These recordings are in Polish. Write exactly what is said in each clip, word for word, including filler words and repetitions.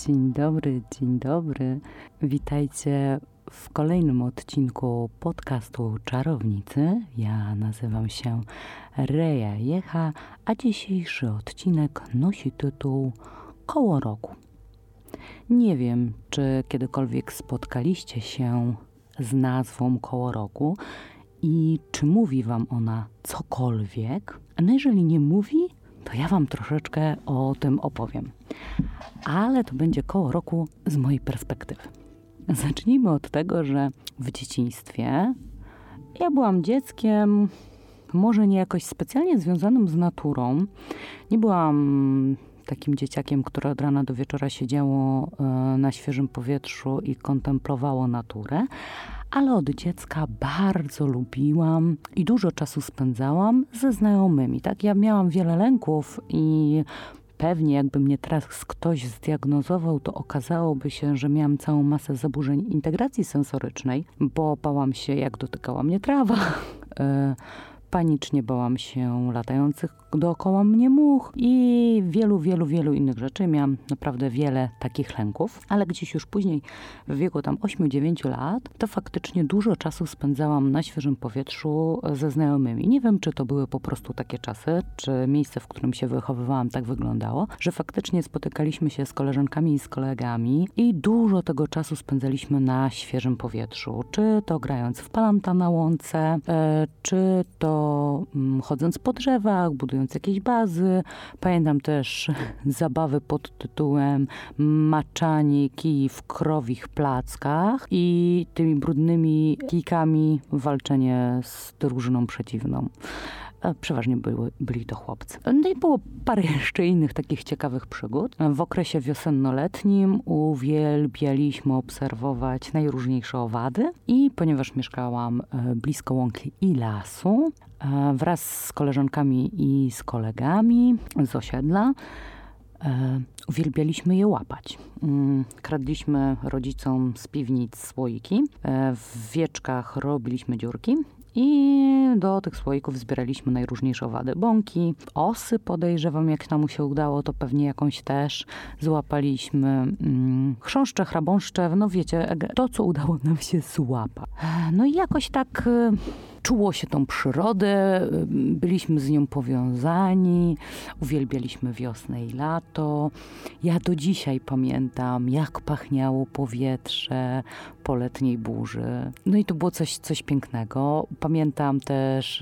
Dzień dobry, dzień dobry. Witajcie w kolejnym odcinku podcastu Czarownicy. Ja nazywam się Reja Jecha, a dzisiejszy odcinek nosi tytuł Koło roku. Nie wiem, czy kiedykolwiek spotkaliście się z nazwą koło roku i czy mówi wam ona cokolwiek. No jeżeli nie mówi, to ja wam troszeczkę o tym opowiem. Ale to będzie koło roku z mojej perspektywy. Zacznijmy od tego, że w dzieciństwie ja byłam dzieckiem, może nie jakoś specjalnie związanym z naturą. Nie byłam takim dzieciakiem, które od rana do wieczora siedziało na świeżym powietrzu i kontemplowało naturę, ale od dziecka bardzo lubiłam i dużo czasu spędzałam ze znajomymi. Tak, ja miałam wiele lęków i pewnie jakby mnie teraz ktoś zdiagnozował, to okazałoby się, że miałam całą masę zaburzeń integracji sensorycznej, bo bałam się, jak dotykała mnie trawa. Panicznie bałam się latających dookoła mnie much i wielu, wielu, wielu innych rzeczy. Miałam naprawdę wiele takich lęków, ale gdzieś już później w wieku tam ośmiu dziewięciu lat, to faktycznie dużo czasu spędzałam na świeżym powietrzu ze znajomymi. Nie wiem, czy to były po prostu takie czasy, czy miejsce, w którym się wychowywałam, tak wyglądało, że faktycznie spotykaliśmy się z koleżankami i z kolegami i dużo tego czasu spędzaliśmy na świeżym powietrzu. Czy to grając w palanta na łące, czy to chodząc po drzewach, budując jakieś bazy. Pamiętam też zabawy pod tytułem maczanie kij w krowich plackach i tymi brudnymi kijkami walczenie z drużyną przeciwną. Przeważnie były, byli to chłopcy. No i było parę jeszcze innych takich ciekawych przygód. W okresie wiosenno-letnim uwielbialiśmy obserwować najróżniejsze owady i ponieważ mieszkałam blisko łąki i lasu, wraz z koleżankami i z kolegami z osiedla, E, uwielbialiśmy je łapać. Mm, kradliśmy rodzicom z piwnic słoiki, e, w wieczkach robiliśmy dziurki i do tych słoików zbieraliśmy najróżniejsze owady. Bąki, osy podejrzewam, jak nam się udało, to pewnie jakąś też złapaliśmy. Mm, chrząszcze, chrabąszcze, no wiecie, to co udało nam się złapać. No i jakoś tak czuło się tą przyrodę, byliśmy z nią powiązani, uwielbialiśmy wiosnę i lato. Ja do dzisiaj pamiętam, jak pachniało powietrze po letniej burzy. No i to było coś, coś pięknego. Pamiętam też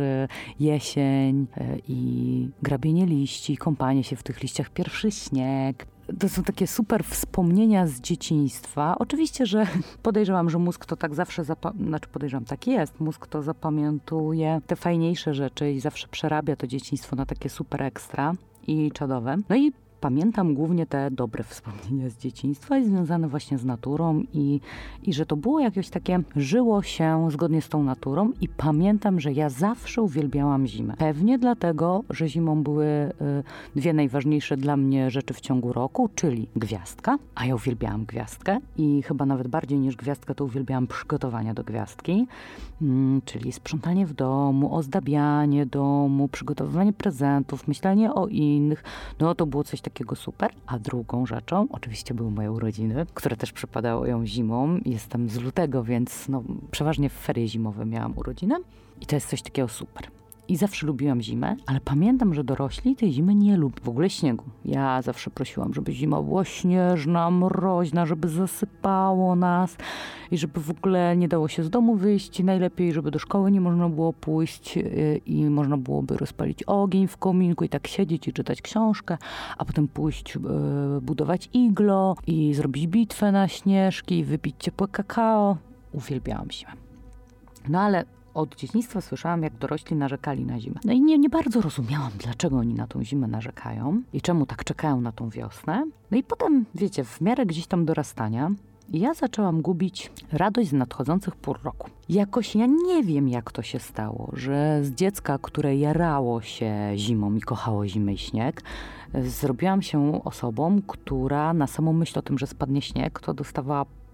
jesień i grabienie liści, kąpanie się w tych liściach, pierwszy śnieg. To są takie super wspomnienia z dzieciństwa. Oczywiście, że podejrzewam, że mózg to tak zawsze, zapa- znaczy podejrzewam, tak jest, mózg to zapamiętuje te fajniejsze rzeczy i zawsze przerabia to dzieciństwo na takie super ekstra i czadowe. No i pamiętam głównie te dobre wspomnienia z dzieciństwa i związane właśnie z naturą i, i że to było jakieś takie, żyło się zgodnie z tą naturą i pamiętam, że ja zawsze uwielbiałam zimę. Pewnie dlatego, że zimą były y, dwie najważniejsze dla mnie rzeczy w ciągu roku, czyli gwiazdka, a ja uwielbiałam gwiazdkę i chyba nawet bardziej niż gwiazdkę to uwielbiałam przygotowania do gwiazdki, y, czyli sprzątanie w domu, ozdabianie domu, przygotowywanie prezentów, myślenie o innych. No to było coś takiego super. A drugą rzeczą oczywiście były moje urodziny, które też przypadały zimą. Jestem z lutego, więc no, przeważnie w ferie zimowe miałam urodziny. I to jest coś takiego super. I zawsze lubiłam zimę, ale pamiętam, że dorośli tej zimy nie lubią. W ogóle śniegu. Ja zawsze prosiłam, żeby zima była śnieżna, mroźna, żeby zasypało nas i żeby w ogóle nie dało się z domu wyjść. Najlepiej, żeby do szkoły nie można było pójść i można byłoby rozpalić ogień w kominku i tak siedzieć i czytać książkę, a potem pójść yy, budować iglo i zrobić bitwę na śnieżki i wypić ciepłe kakao. Uwielbiałam zimę. No ale od dzieciństwa słyszałam, jak dorośli narzekali na zimę. No i nie, nie bardzo rozumiałam, dlaczego oni na tą zimę narzekają i czemu tak czekają na tą wiosnę. No i potem, wiecie, w miarę gdzieś tam dorastania ja zaczęłam gubić radość z nadchodzących pór roku. Jakoś ja nie wiem, jak to się stało, że z dziecka, które jarało się zimą i kochało zimę i śnieg, zrobiłam się osobą, która na samą myśl o tym, że spadnie śnieg, to dostawała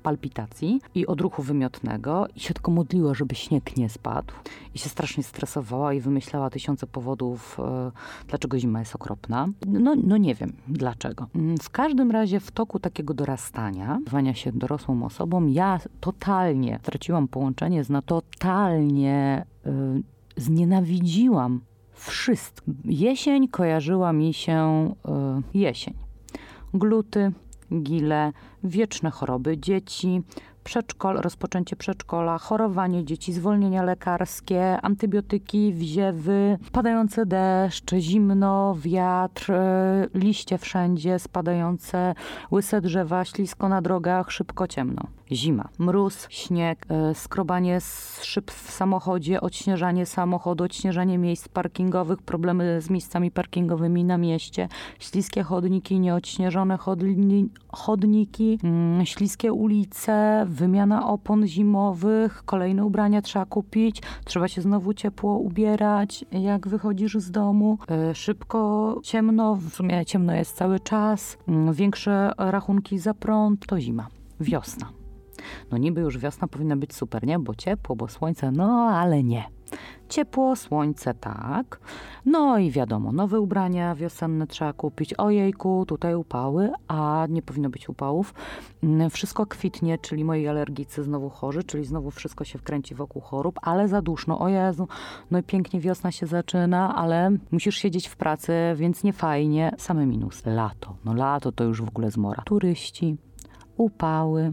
palpitacji i odruchu wymiotnego i się tylko modliła, żeby śnieg nie spadł. I się strasznie stresowała i wymyślała tysiące powodów, e, dlaczego zima jest okropna. No, no nie wiem dlaczego. W każdym razie w toku takiego dorastania, stawania się dorosłą osobą, ja totalnie straciłam połączenie z na totalnie e, znienawidziłam wszystko. Jesień kojarzyła mi się y, jesień. Gluty, gile, wieczne choroby dzieci, przedszkol, rozpoczęcie przedszkola, chorowanie dzieci, zwolnienia lekarskie, antybiotyki, wziewy, padający deszcz, zimno, wiatr, y, liście wszędzie spadające, łyse drzewa, ślisko na drogach, szybko ciemno. Zima, mróz, śnieg, y, skrobanie z szyb w samochodzie, odśnieżanie samochodu, odśnieżanie miejsc parkingowych, problemy z miejscami parkingowymi na mieście, śliskie chodniki, nieodśnieżone chodni, chodniki, mm, śliskie ulice, wymiana opon zimowych, kolejne ubrania trzeba kupić, trzeba się znowu ciepło ubierać, jak wychodzisz z domu. Y, szybko, ciemno, w sumie ciemno jest cały czas, y, większe rachunki za prąd, to zima. Wiosna. No niby już wiosna powinna być super, nie? Bo ciepło, bo słońce, no ale nie. Ciepło, słońce, tak. No i wiadomo, nowe ubrania wiosenne trzeba kupić. Ojejku, tutaj upały, a nie powinno być upałów. Wszystko kwitnie, czyli moi alergicy znowu chorzy, czyli znowu wszystko się wkręci wokół chorób, ale za duszno, o Jezu. No i pięknie wiosna się zaczyna, ale musisz siedzieć w pracy, więc nie fajnie. Same minus. Lato. No lato to już w ogóle zmora. Turyści, upały,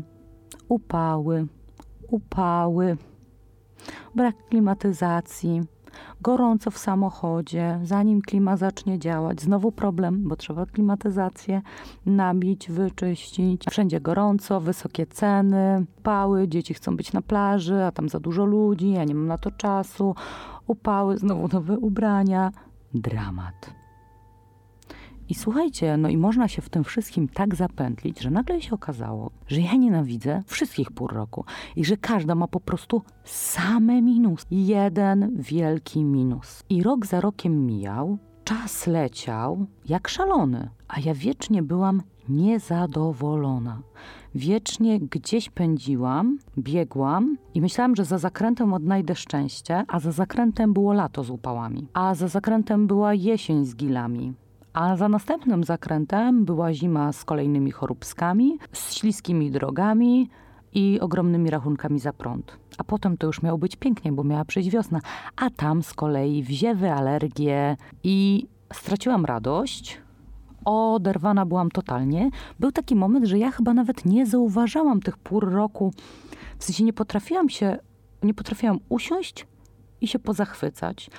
upały, upały. Brak klimatyzacji, gorąco w samochodzie, zanim klima zacznie działać, znowu problem, bo trzeba klimatyzację nabić, wyczyścić. Wszędzie gorąco, wysokie ceny, upały, dzieci chcą być na plaży, a tam za dużo ludzi, ja nie mam na to czasu. Upały, znowu nowe ubrania. Dramat. I słuchajcie, no i można się w tym wszystkim tak zapętlić, że nagle się okazało, że ja nienawidzę wszystkich pór roku i że każda ma po prostu same minus. Jeden wielki minus. I rok za rokiem mijał, czas leciał jak szalony, a ja wiecznie byłam niezadowolona. Wiecznie gdzieś pędziłam, biegłam i myślałam, że za zakrętem odnajdę szczęście, a za zakrętem było lato z upałami, a za zakrętem była jesień z gilami. A za następnym zakrętem była zima z kolejnymi choróbskami, z śliskimi drogami i ogromnymi rachunkami za prąd. A potem to już miało być pięknie, bo miała przyjść wiosna. A tam z kolei wziewy, alergie i straciłam radość. Oderwana byłam totalnie. Był taki moment, że ja chyba nawet nie zauważałam tych pór roku. W sensie nie potrafiłam się, nie potrafiłam usiąść i się pozachwycać.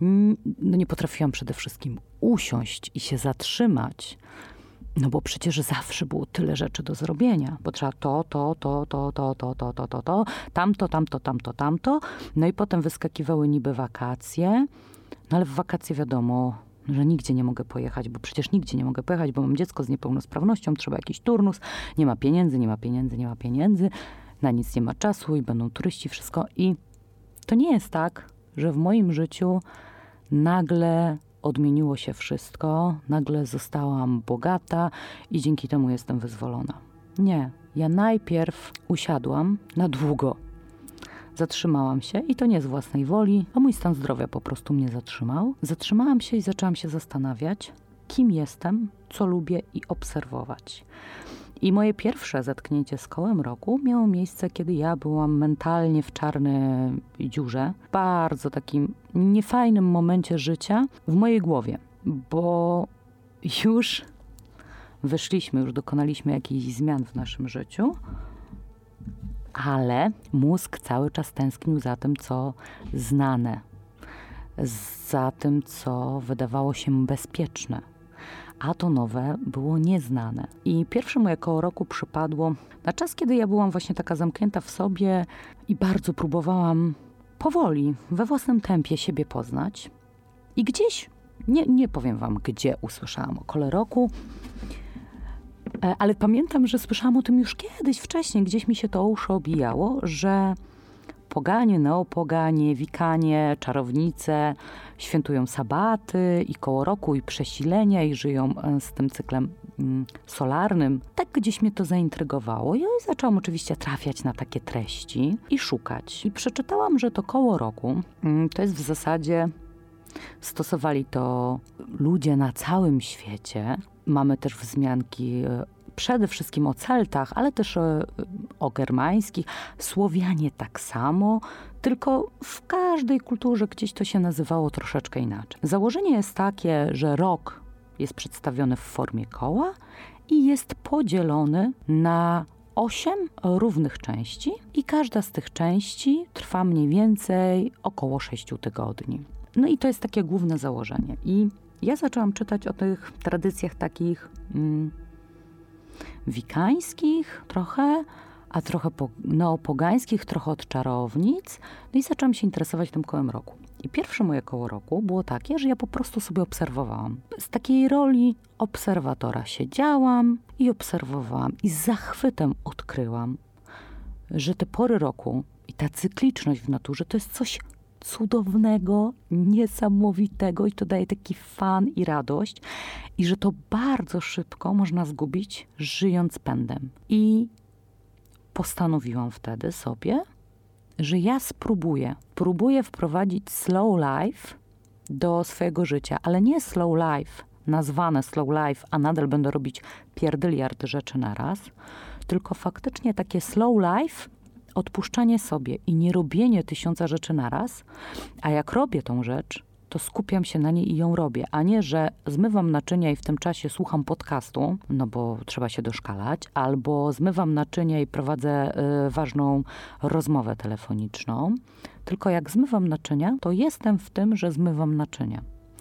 No nie potrafiłam przede wszystkim usiąść i się zatrzymać. No bo przecież zawsze było tyle rzeczy do zrobienia. Bo trzeba to, to, to, to, to, to, to, to, to, to, tamto, tamto, tamto, tamto. No i potem wyskakiwały niby wakacje. No ale w wakacje wiadomo, że nigdzie nie mogę pojechać, bo przecież nigdzie nie mogę pojechać, bo mam dziecko z niepełnosprawnością, trzeba jakiś turnus, nie ma pieniędzy, nie ma pieniędzy, nie ma pieniędzy, na nic nie ma czasu i będą turyści, wszystko. I to nie jest tak, że w moim życiu nagle odmieniło się wszystko, nagle zostałam bogata i dzięki temu jestem wyzwolona. Nie, ja najpierw usiadłam na długo. Zatrzymałam się i to nie z własnej woli, a mój stan zdrowia po prostu mnie zatrzymał. Zatrzymałam się i zaczęłam się zastanawiać, kim jestem, co lubię i obserwować. I moje pierwsze zetknięcie z kołem roku miało miejsce, kiedy ja byłam mentalnie w czarnej dziurze, w bardzo takim niefajnym momencie życia w mojej głowie, bo już wyszliśmy, już dokonaliśmy jakichś zmian w naszym życiu, ale mózg cały czas tęsknił za tym, co znane, za tym, co wydawało się bezpieczne. A to nowe było nieznane. I pierwsze moje koło roku przypadło na czas, kiedy ja byłam właśnie taka zamknięta w sobie i bardzo próbowałam powoli, we własnym tempie siebie poznać. I gdzieś, nie, nie powiem wam, gdzie usłyszałam o kole roku, ale pamiętam, że słyszałam o tym już kiedyś, wcześniej, gdzieś mi się to uszy obijało, że poganie, neopoganie, wikanie, czarownice świętują sabaty i koło roku i przesilenia i żyją z tym cyklem mm, solarnym. Tak gdzieś mnie to zaintrygowało. I zaczęłam oczywiście trafiać na takie treści i szukać. I przeczytałam, że to koło roku, mm, to jest w zasadzie, stosowali to ludzie na całym świecie. Mamy też wzmianki przede wszystkim o Celtach, ale też o, o germańskich. Słowianie tak samo, tylko w każdej kulturze gdzieś to się nazywało troszeczkę inaczej. Założenie jest takie, że rok jest przedstawiony w formie koła i jest podzielony na osiem równych części i każda z tych części trwa mniej więcej około sześciu tygodni. No i to jest takie główne założenie. I ja zaczęłam czytać o tych tradycjach takich mm, wikańskich trochę, a trochę po, neopogańskich, trochę od czarownic. No i zaczęłam się interesować tym kołem roku. I pierwsze moje koło roku było takie, że ja po prostu sobie obserwowałam. Z takiej roli obserwatora siedziałam i obserwowałam. I z zachwytem odkryłam, że te pory roku i ta cykliczność w naturze to jest coś cudownego, niesamowitego i to daje taki fan i radość. I że to bardzo szybko można zgubić, żyjąc pędem. I postanowiłam wtedy sobie, że ja spróbuję. Próbuję wprowadzić slow life do swojego życia, ale nie slow life, nazwane slow life, a nadal będę robić pierdyliard rzeczy naraz, tylko faktycznie takie slow life, odpuszczanie sobie i nie robienie tysiąca rzeczy naraz, a jak robię tą rzecz, to skupiam się na niej i ją robię, a nie, że zmywam naczynia i w tym czasie słucham podcastu, no bo trzeba się doszkalać, albo zmywam naczynia i prowadzę y, ważną rozmowę telefoniczną. Tylko jak zmywam naczynia, to jestem w tym, że zmywam naczynia.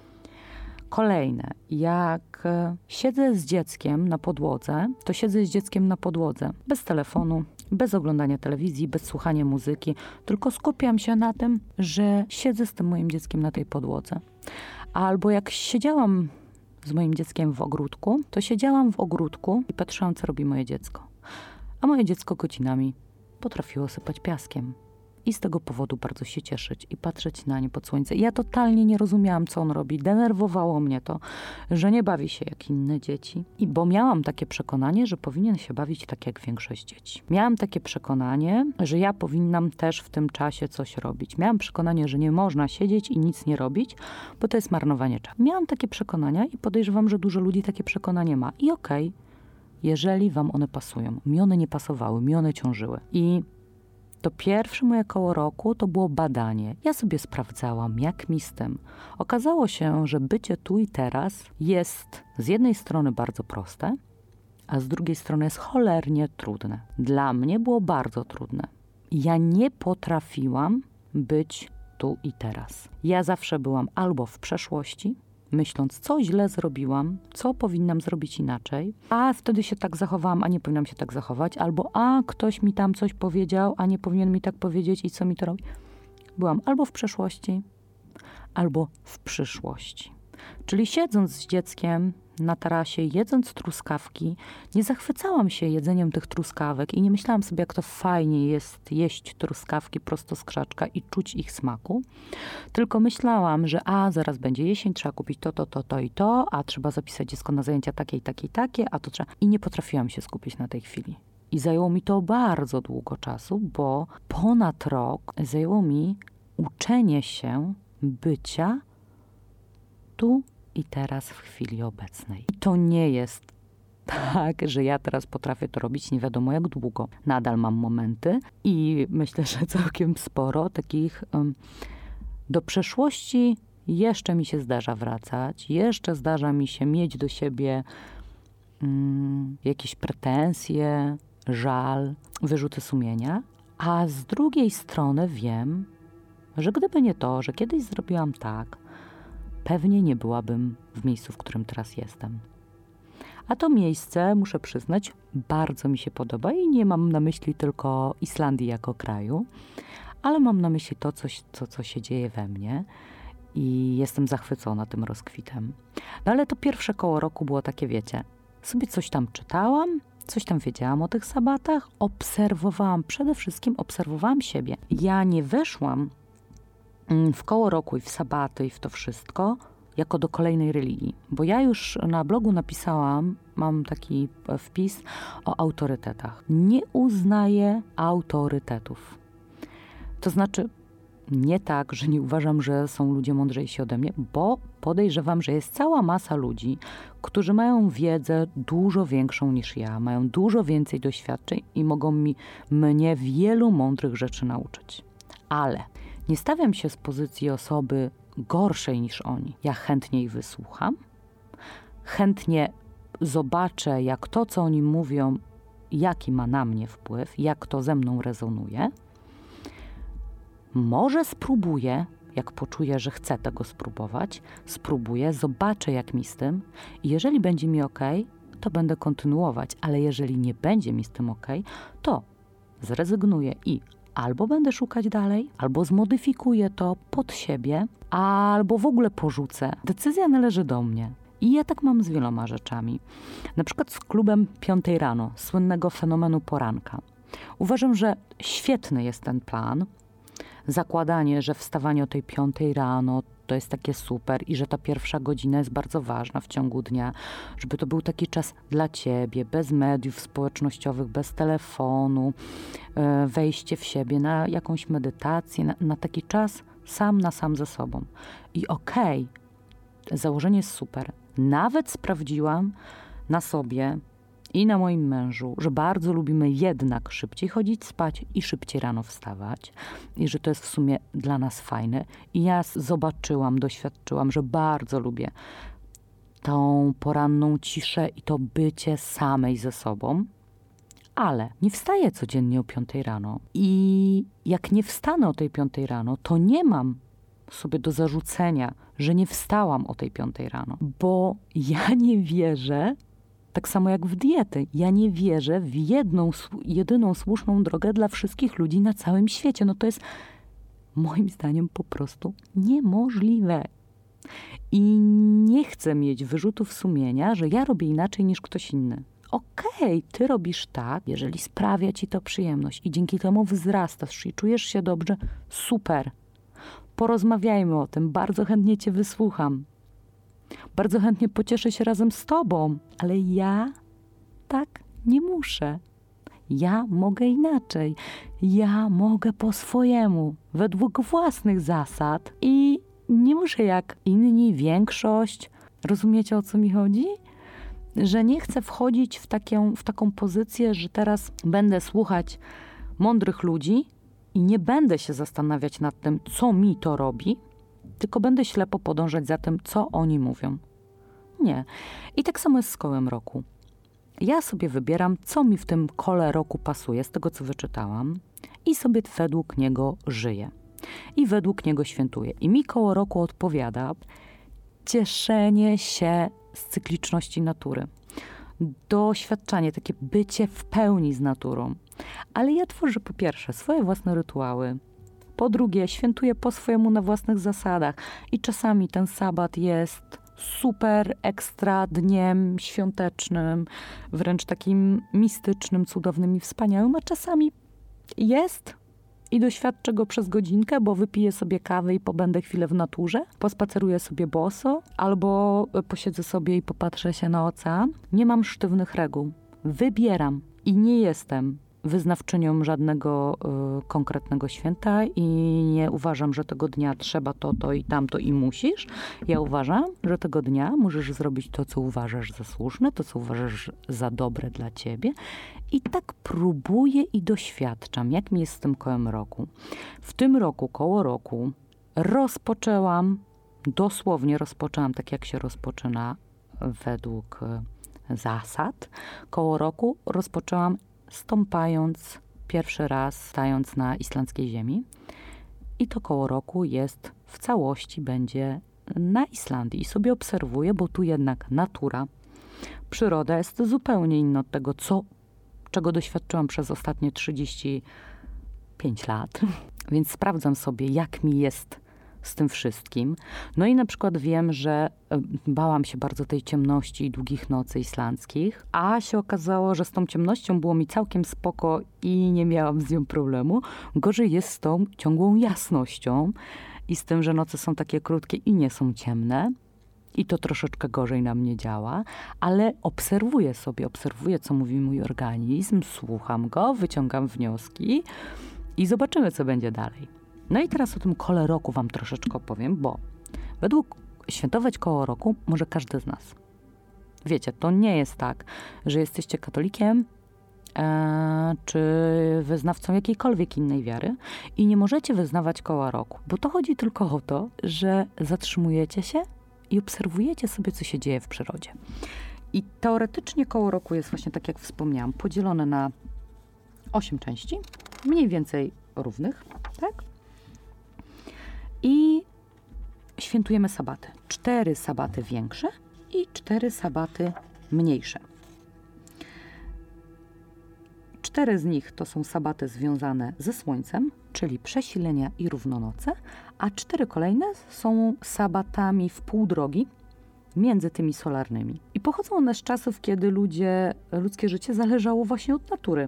Kolejne, jak siedzę z dzieckiem na podłodze, to siedzę z dzieckiem na podłodze, bez telefonu, bez oglądania telewizji, bez słuchania muzyki, tylko skupiam się na tym, że siedzę z tym moim dzieckiem na tej podłodze. Albo jak siedziałam z moim dzieckiem w ogródku, to siedziałam w ogródku i patrzyłam, co robi moje dziecko. A moje dziecko godzinami potrafiło sypać piaskiem. I z tego powodu bardzo się cieszyć i patrzeć na nie pod słońce. I ja totalnie nie rozumiałam, co on robi. Denerwowało mnie to, że nie bawi się jak inne dzieci. I bo miałam takie przekonanie, że powinien się bawić tak jak większość dzieci. Miałam takie przekonanie, że ja powinnam też w tym czasie coś robić. Miałam przekonanie, że nie można siedzieć i nic nie robić, bo to jest marnowanie czasu. Miałam takie przekonania i podejrzewam, że dużo ludzi takie przekonanie ma. I okej, okay, jeżeli wam one pasują. Mi one nie pasowały, mi one ciążyły. I to pierwsze moje koło roku to było badanie. Ja sobie sprawdzałam, jak mi z tym. Okazało się, że bycie tu i teraz jest z jednej strony bardzo proste, a z drugiej strony jest cholernie trudne. Dla mnie było bardzo trudne. Ja nie potrafiłam być tu i teraz. Ja zawsze byłam albo w przeszłości, myśląc, co źle zrobiłam, co powinnam zrobić inaczej, a wtedy się tak zachowałam, a nie powinnam się tak zachować, albo a ktoś mi tam coś powiedział, a nie powinien mi tak powiedzieć i co mi to robi. Byłam albo w przeszłości, albo w przyszłości. Czyli siedząc z dzieckiem na tarasie, jedząc truskawki, nie zachwycałam się jedzeniem tych truskawek i nie myślałam sobie, jak to fajnie jest jeść truskawki prosto z krzaczka i czuć ich smaku, tylko myślałam, że a, zaraz będzie jesień, trzeba kupić to, to, to, to i to, a trzeba zapisać dziecko na zajęcia takie i takie i takie, a to trzeba... I nie potrafiłam się skupić na tej chwili. I zajęło mi to bardzo długo czasu, bo ponad rok zajęło mi uczenie się bycia tu i teraz w chwili obecnej. I to nie jest tak, że ja teraz potrafię to robić nie wiadomo jak długo. Nadal mam momenty i myślę, że całkiem sporo takich um, do przeszłości jeszcze mi się zdarza wracać, jeszcze zdarza mi się mieć do siebie um, jakieś pretensje, żal, wyrzuty sumienia, a z drugiej strony wiem, że gdyby nie to, że kiedyś zrobiłam tak, pewnie nie byłabym w miejscu, w którym teraz jestem. A to miejsce, muszę przyznać, bardzo mi się podoba i nie mam na myśli tylko Islandii jako kraju, ale mam na myśli to, coś, co, co się dzieje we mnie i jestem zachwycona tym rozkwitem. No ale to pierwsze koło roku było takie, wiecie, sobie coś tam czytałam, coś tam wiedziałam o tych sabatach, obserwowałam, przede wszystkim obserwowałam siebie. Ja nie weszłam w koło roku i w sabaty i w to wszystko jako do kolejnej religii. Bo ja już na blogu napisałam, mam taki wpis o autorytetach. Nie uznaję autorytetów. To znaczy nie tak, że nie uważam, że są ludzie mądrzejsi ode mnie, bo podejrzewam, że jest cała masa ludzi, którzy mają wiedzę dużo większą niż ja, mają dużo więcej doświadczeń i mogą mi, mnie wielu mądrych rzeczy nauczyć. Ale nie stawiam się z pozycji osoby gorszej niż oni. Ja chętnie ich wysłucham, chętnie zobaczę, jak to, co oni mówią, jaki ma na mnie wpływ, jak to ze mną rezonuje. Może spróbuję, jak poczuję, że chcę tego spróbować, spróbuję, zobaczę, jak mi z tym i jeżeli będzie mi ok, to będę kontynuować, ale jeżeli nie będzie mi z tym ok, to zrezygnuję i albo będę szukać dalej, albo zmodyfikuję to pod siebie, albo w ogóle porzucę. Decyzja należy do mnie. I ja tak mam z wieloma rzeczami. Na przykład z klubem piątej rano, słynnego fenomenu poranka. Uważam, że świetny jest ten plan. Zakładanie, że wstawanie o tej piątej rano to jest takie super i że ta pierwsza godzina jest bardzo ważna w ciągu dnia, żeby to był taki czas dla ciebie, bez mediów społecznościowych, bez telefonu, wejście w siebie, na jakąś medytację, na, na taki czas sam na sam ze sobą. I okej, okay, założenie jest super. Nawet sprawdziłam na sobie i na moim mężu, że bardzo lubimy jednak szybciej chodzić spać i szybciej rano wstawać. I że to jest w sumie dla nas fajne. I ja zobaczyłam, doświadczyłam, że bardzo lubię tą poranną ciszę i to bycie samej ze sobą. Ale nie wstaję codziennie o piątej rano. I jak nie wstanę o tej piątej rano, to nie mam sobie do zarzucenia, że nie wstałam o tej piątej rano. Bo ja nie wierzę, tak samo jak w diety. Ja nie wierzę w jedną, jedyną słuszną drogę dla wszystkich ludzi na całym świecie. No to jest moim zdaniem po prostu niemożliwe. I nie chcę mieć wyrzutów sumienia, że ja robię inaczej niż ktoś inny. Okej, ty robisz tak, jeżeli sprawia ci to przyjemność i dzięki temu wzrastasz i czujesz się dobrze, super. Porozmawiajmy o tym, bardzo chętnie cię wysłucham. Bardzo chętnie pocieszę się razem z tobą, ale ja tak nie muszę. Ja mogę inaczej. Ja mogę po swojemu, według własnych zasad i nie muszę jak inni, większość. Rozumiecie, o co mi chodzi? Że nie chcę wchodzić w, taką, w taką pozycję, że teraz będę słuchać mądrych ludzi i nie będę się zastanawiać nad tym, co mi to robi, tylko będę ślepo podążać za tym, co oni mówią. Nie. I tak samo jest z kołem roku. Ja sobie wybieram, co mi w tym kole roku pasuje, z tego, co wyczytałam i sobie według niego żyję. I według niego świętuję. I mi koło roku odpowiada cieszenie się z cykliczności natury. Doświadczanie, takie bycie w pełni z naturą. Ale ja tworzę po pierwsze swoje własne rytuały. Po drugie, świętuję po swojemu na własnych zasadach. I czasami ten sabat jest super ekstra dniem świątecznym, wręcz takim mistycznym, cudownym i wspaniałym, a czasami jest i doświadczę go przez godzinkę, bo wypiję sobie kawę i pobędę chwilę w naturze, pospaceruję sobie boso, albo posiedzę sobie i popatrzę się na ocean. Nie mam sztywnych reguł. Wybieram i nie jestem wyznawczynią żadnego y, konkretnego święta i nie uważam, że tego dnia trzeba to, to i tamto i musisz. Ja uważam, że tego dnia możesz zrobić to, co uważasz za słuszne, to, co uważasz za dobre dla ciebie. I tak próbuję i doświadczam, jak mi jest z tym kołem roku. W tym roku, koło roku, rozpoczęłam, dosłownie rozpoczęłam tak, jak się rozpoczyna według y, zasad. Koło roku rozpoczęłam stąpając pierwszy raz, stając na islandzkiej ziemi. I to koło roku jest w całości, będzie na Islandii. I sobie obserwuję, bo tu jednak natura, przyroda jest zupełnie inna od tego, co, czego doświadczyłam przez ostatnie trzydzieści pięć lat. Więc sprawdzam sobie, jak mi jest z tym wszystkim. No i na przykład wiem, że bałam się bardzo tej ciemności i długich nocy islandzkich, a się okazało, że z tą ciemnością było mi całkiem spoko i nie miałam z nią problemu. Gorzej jest z tą ciągłą jasnością i z tym, że noce są takie krótkie i nie są ciemne. i to troszeczkę gorzej na mnie działa, ale obserwuję sobie, obserwuję, co mówi mój organizm, słucham go, wyciągam wnioski i zobaczymy, co będzie dalej. No i teraz o tym kole roku wam troszeczkę opowiem, bo według świętować koło roku może każdy z nas. Wiecie, to nie jest tak, że jesteście katolikiem e, czy wyznawcą jakiejkolwiek innej wiary i nie możecie wyznawać koła roku, bo to chodzi tylko o to, że zatrzymujecie się i obserwujecie sobie, co się dzieje w przyrodzie. I teoretycznie koło roku jest właśnie, tak jak wspomniałam, podzielone na osiem części, mniej więcej równych, tak? I świętujemy sabaty. Cztery sabaty większe i cztery sabaty mniejsze. Cztery z nich to są sabaty związane ze słońcem, czyli przesilenia i równonoce, a cztery kolejne są sabatami w pół drogi między tymi solarnymi. I pochodzą one z czasów, kiedy ludzie, ludzkie życie zależało właśnie od natury.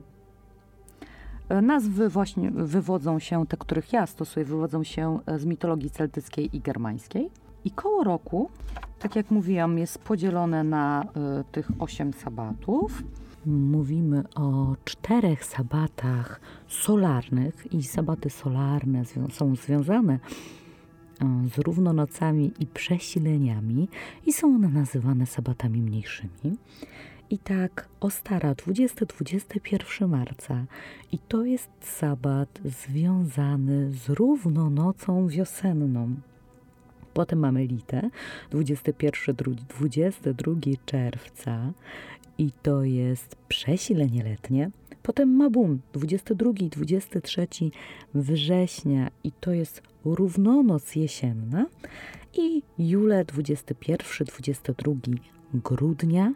Nazwy właśnie wywodzą się, te, których ja stosuję, wywodzą się z mitologii celtyckiej i germańskiej. I koło roku, tak jak mówiłam, jest podzielone na y, tych osiem sabatów. Mówimy o czterech sabatach solarnych i sabaty solarne zwią- są związane y, z równonocami i przesileniami i są one nazywane sabatami mniejszymi. I tak Ostara, dwudziestego do dwudziestego pierwszego marca. I to jest sabat związany z równonocą wiosenną. Potem mamy Litę, dwudziestego pierwszego do dwudziestego drugiego czerwca. I to jest przesilenie letnie. Potem Mabun, dwudziestego drugiego i dwudziestego trzeciego września. I to jest równonoc jesienna. I Julę, dwudziestego pierwszego do dwudziestego drugiego grudnia.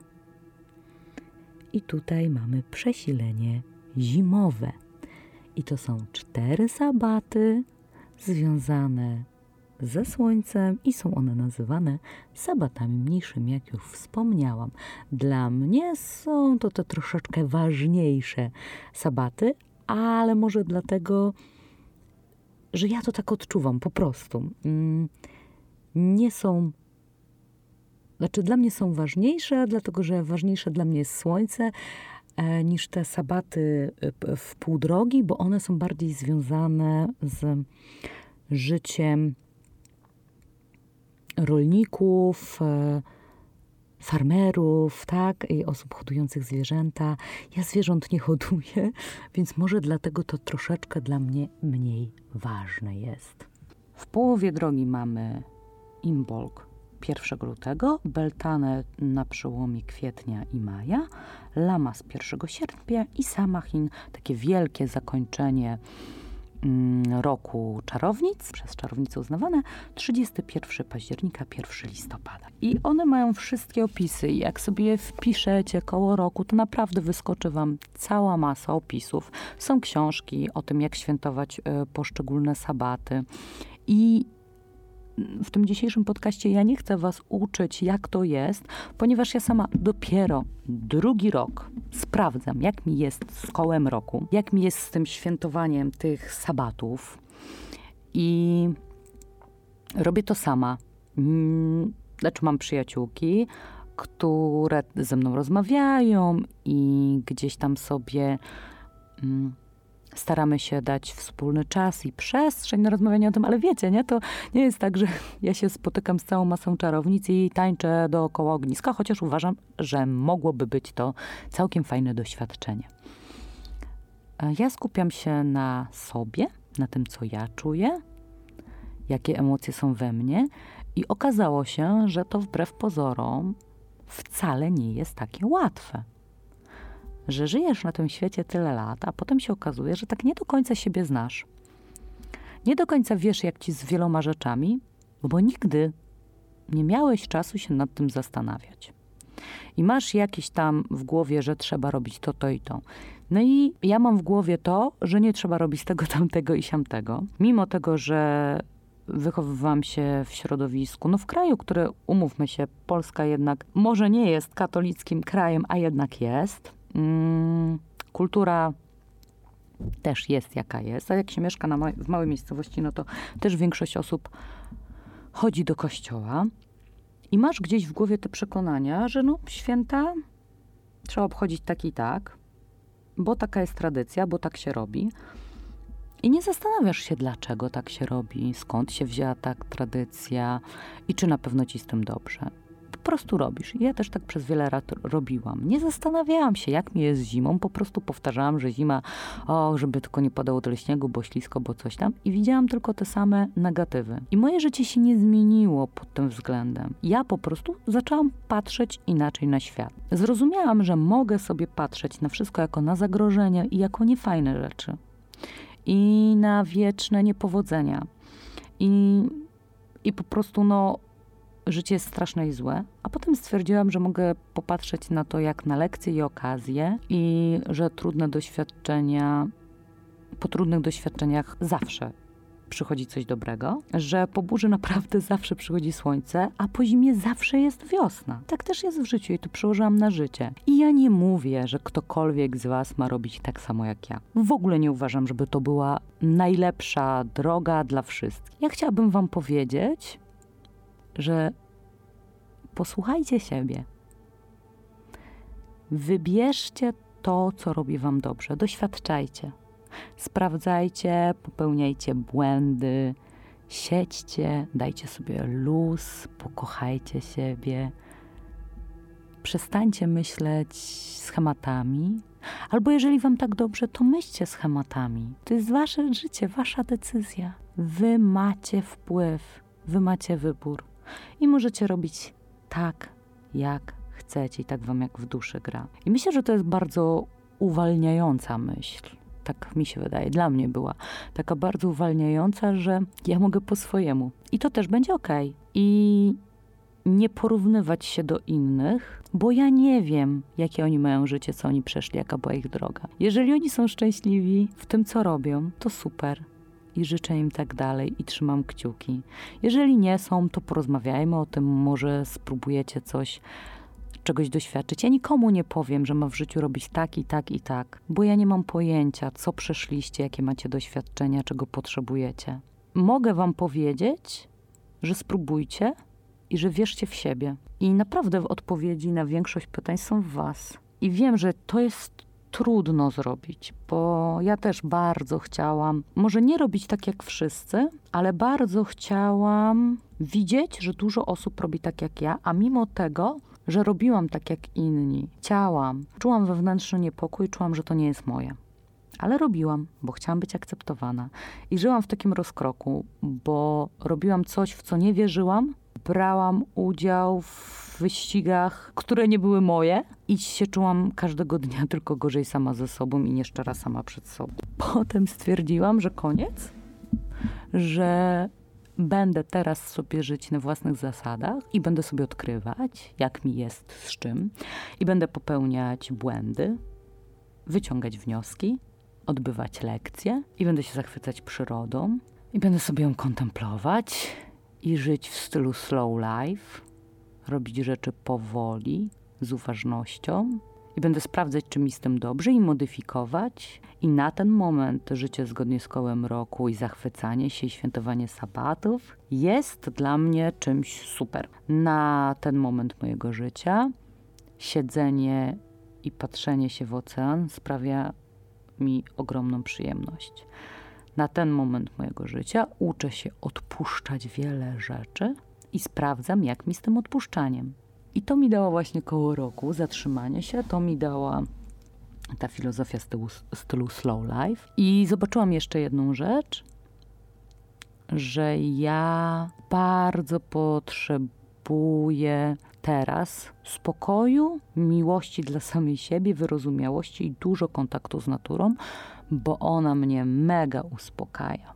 I tutaj mamy przesilenie zimowe. I to są cztery sabaty związane ze słońcem i są one nazywane sabatami mniejszymi, jak już wspomniałam. Dla mnie są to te troszeczkę ważniejsze sabaty, ale może dlatego, że ja to tak odczuwam po prostu. Nie są Znaczy dla mnie są ważniejsze, dlatego że ważniejsze dla mnie jest słońce e, niż te sabaty w pół drogi, bo one są bardziej związane z życiem rolników, e, farmerów, tak, i osób hodujących zwierzęta. Ja zwierząt nie hoduję, więc może dlatego to troszeczkę dla mnie mniej ważne jest. W połowie drogi mamy Imbolg pierwszego lutego, Beltane na przełomie kwietnia i maja, Lamas pierwszego sierpnia i Samhain, takie wielkie zakończenie mm, roku czarownic, przez czarownice uznawane, trzydziestego pierwszego października, pierwszego listopada. I one mają wszystkie opisy i jak sobie wpiszecie koło roku, to naprawdę wyskoczy wam cała masa opisów. Są książki o tym, jak świętować y, poszczególne sabaty i w tym dzisiejszym podcaście ja nie chcę was uczyć, jak to jest, ponieważ ja sama dopiero drugi rok sprawdzam, jak mi jest z kołem roku, jak mi jest z tym świętowaniem tych sabatów i robię to sama. Znaczy mam przyjaciółki, które ze mną rozmawiają i gdzieś tam sobie staramy się dać wspólny czas i przestrzeń na rozmawianie o tym, ale wiecie, nie? To nie jest tak, że ja się spotykam z całą masą czarownic i tańczę dookoła ogniska, chociaż uważam, że mogłoby być to całkiem fajne doświadczenie. Ja skupiam się na sobie, na tym, co ja czuję, jakie emocje są we mnie i okazało się, że to wbrew pozorom wcale nie jest takie łatwe. Że żyjesz na tym świecie tyle lat, a potem się okazuje, że tak nie do końca siebie znasz. Nie do końca wiesz, jak ci z wieloma rzeczami, bo nigdy nie miałeś czasu się nad tym zastanawiać. I masz jakieś tam w głowie, że trzeba robić to, to i to. No i ja mam w głowie to, że nie trzeba robić tego, tamtego i siamtego. Mimo tego, że wychowywałam się w środowisku, no w kraju, który, umówmy się, Polska jednak może nie jest katolickim krajem, a jednak jest. Hmm, kultura też jest jaka jest, a jak się mieszka na ma- w małej miejscowości, no to też większość osób chodzi do kościoła I masz gdzieś w głowie te przekonania, że no święta trzeba obchodzić tak i tak, bo taka jest tradycja, bo tak się robi. I nie zastanawiasz się, dlaczego tak się robi, skąd się wzięła tak tradycja i czy na pewno ci z tym dobrze. Po prostu robisz. Ja też tak przez wiele lat robiłam. Nie zastanawiałam się, jak mi jest zimą. Po prostu powtarzałam, że zima, o, żeby tylko nie padało tyle śniegu, bo ślisko, bo coś tam. I widziałam tylko te same negatywy. I moje życie się nie zmieniło pod tym względem. Ja po prostu zaczęłam patrzeć inaczej na świat. Zrozumiałam, że mogę sobie patrzeć na wszystko jako na zagrożenia i jako niefajne rzeczy. I na wieczne niepowodzenia. I, i po prostu no życie jest straszne i złe. A potem stwierdziłam, że mogę popatrzeć na to jak na lekcje i okazje i że trudne doświadczenia, po trudnych doświadczeniach zawsze przychodzi coś dobrego, że po burzy naprawdę zawsze przychodzi słońce, a po zimie zawsze jest wiosna. Tak też jest w życiu i to przełożyłam na życie. I ja nie mówię, że ktokolwiek z was ma robić tak samo jak ja. W ogóle nie uważam, żeby to była najlepsza droga dla wszystkich. Ja chciałabym wam powiedzieć, że posłuchajcie siebie. Wybierzcie to, co robi wam dobrze. Doświadczajcie. Sprawdzajcie, popełniajcie błędy, siedźcie, dajcie sobie luz, pokochajcie siebie. Przestańcie myśleć schematami. Albo jeżeli wam tak dobrze, to myślcie schematami. To jest wasze życie, wasza decyzja. Wy macie wpływ, wy macie wybór. I możecie robić tak, jak chcecie i tak wam jak w duszy gra. I myślę, że to jest bardzo uwalniająca myśl. Tak mi się wydaje, dla mnie była taka bardzo uwalniająca, że ja mogę po swojemu. I to też będzie okej. I nie porównywać się do innych, bo ja nie wiem, jakie oni mają życie, co oni przeszli, jaka była ich droga. Jeżeli oni są szczęśliwi w tym, co robią, to super. I życzę im tak dalej i trzymam kciuki. Jeżeli nie są, to porozmawiajmy o tym, może spróbujecie coś, czegoś doświadczyć. Ja nikomu nie powiem, że ma w życiu robić tak i tak i tak, bo ja nie mam pojęcia, co przeszliście, jakie macie doświadczenia, czego potrzebujecie. Mogę wam powiedzieć, że spróbujcie i że wierzcie w siebie. I naprawdę odpowiedzi na większość pytań są w was. I wiem, że to jest trudno zrobić, bo ja też bardzo chciałam, może nie robić tak jak wszyscy, ale bardzo chciałam widzieć, że dużo osób robi tak jak ja, a mimo tego, że robiłam tak jak inni, chciałam, czułam wewnętrzny niepokój, czułam, że to nie jest moje. Ale robiłam, bo chciałam być akceptowana. I żyłam w takim rozkroku, bo robiłam coś, w co nie wierzyłam, brałam udział w wyścigach, które nie były moje i się czułam każdego dnia tylko gorzej sama ze sobą i nieszczera sama przed sobą. Potem stwierdziłam, że koniec, że będę teraz sobie żyć na własnych zasadach i będę sobie odkrywać, jak mi jest z czym i będę popełniać błędy, wyciągać wnioski, odbywać lekcje i będę się zachwycać przyrodą i będę sobie ją kontemplować i żyć w stylu slow life, robić rzeczy powoli, z uważnością i będę sprawdzać, czy mi z tym dobrze i modyfikować. I na ten moment życie zgodnie z kołem roku i zachwycanie się i świętowanie sabatów jest dla mnie czymś super. Na ten moment mojego życia siedzenie i patrzenie się w ocean sprawia mi ogromną przyjemność. Na ten moment mojego życia uczę się odpuszczać wiele rzeczy i sprawdzam, jak mi z tym odpuszczaniem. I to mi dało właśnie koło roku zatrzymanie się, to mi dała ta filozofia stylu, stylu slow life. I zobaczyłam jeszcze jedną rzecz, że ja bardzo potrzebuję teraz spokoju, miłości dla samej siebie, wyrozumiałości i dużo kontaktu z naturą, bo ona mnie mega uspokaja.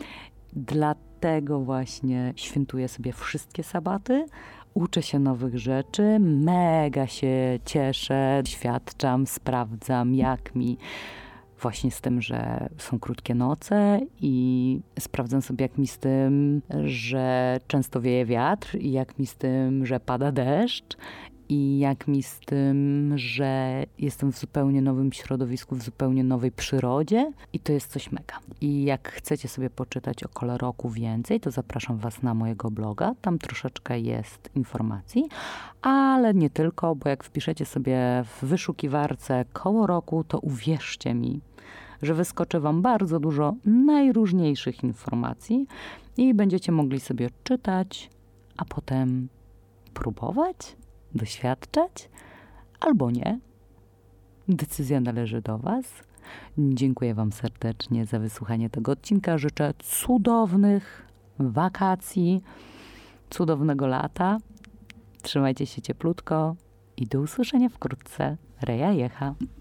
Dlatego właśnie świętuję sobie wszystkie sabaty, uczę się nowych rzeczy, mega się cieszę, doświadczam, sprawdzam, jak mi właśnie z tym, że są krótkie noce i sprawdzam sobie, jak mi z tym, że często wieje wiatr i jak mi z tym, że pada deszcz i jak mi z tym, że jestem w zupełnie nowym środowisku, w zupełnie nowej przyrodzie i to jest coś mega. I jak chcecie sobie poczytać o koloroku więcej, to zapraszam was na mojego bloga. Tam troszeczkę jest informacji, ale nie tylko, bo jak wpiszecie sobie w wyszukiwarce koło roku, to uwierzcie mi, że wyskoczy wam bardzo dużo najróżniejszych informacji i będziecie mogli sobie czytać, a potem próbować, doświadczać albo nie. Decyzja należy do was. Dziękuję wam serdecznie za wysłuchanie tego odcinka. Życzę cudownych wakacji, cudownego lata. Trzymajcie się cieplutko i do usłyszenia wkrótce. Reja Jecha.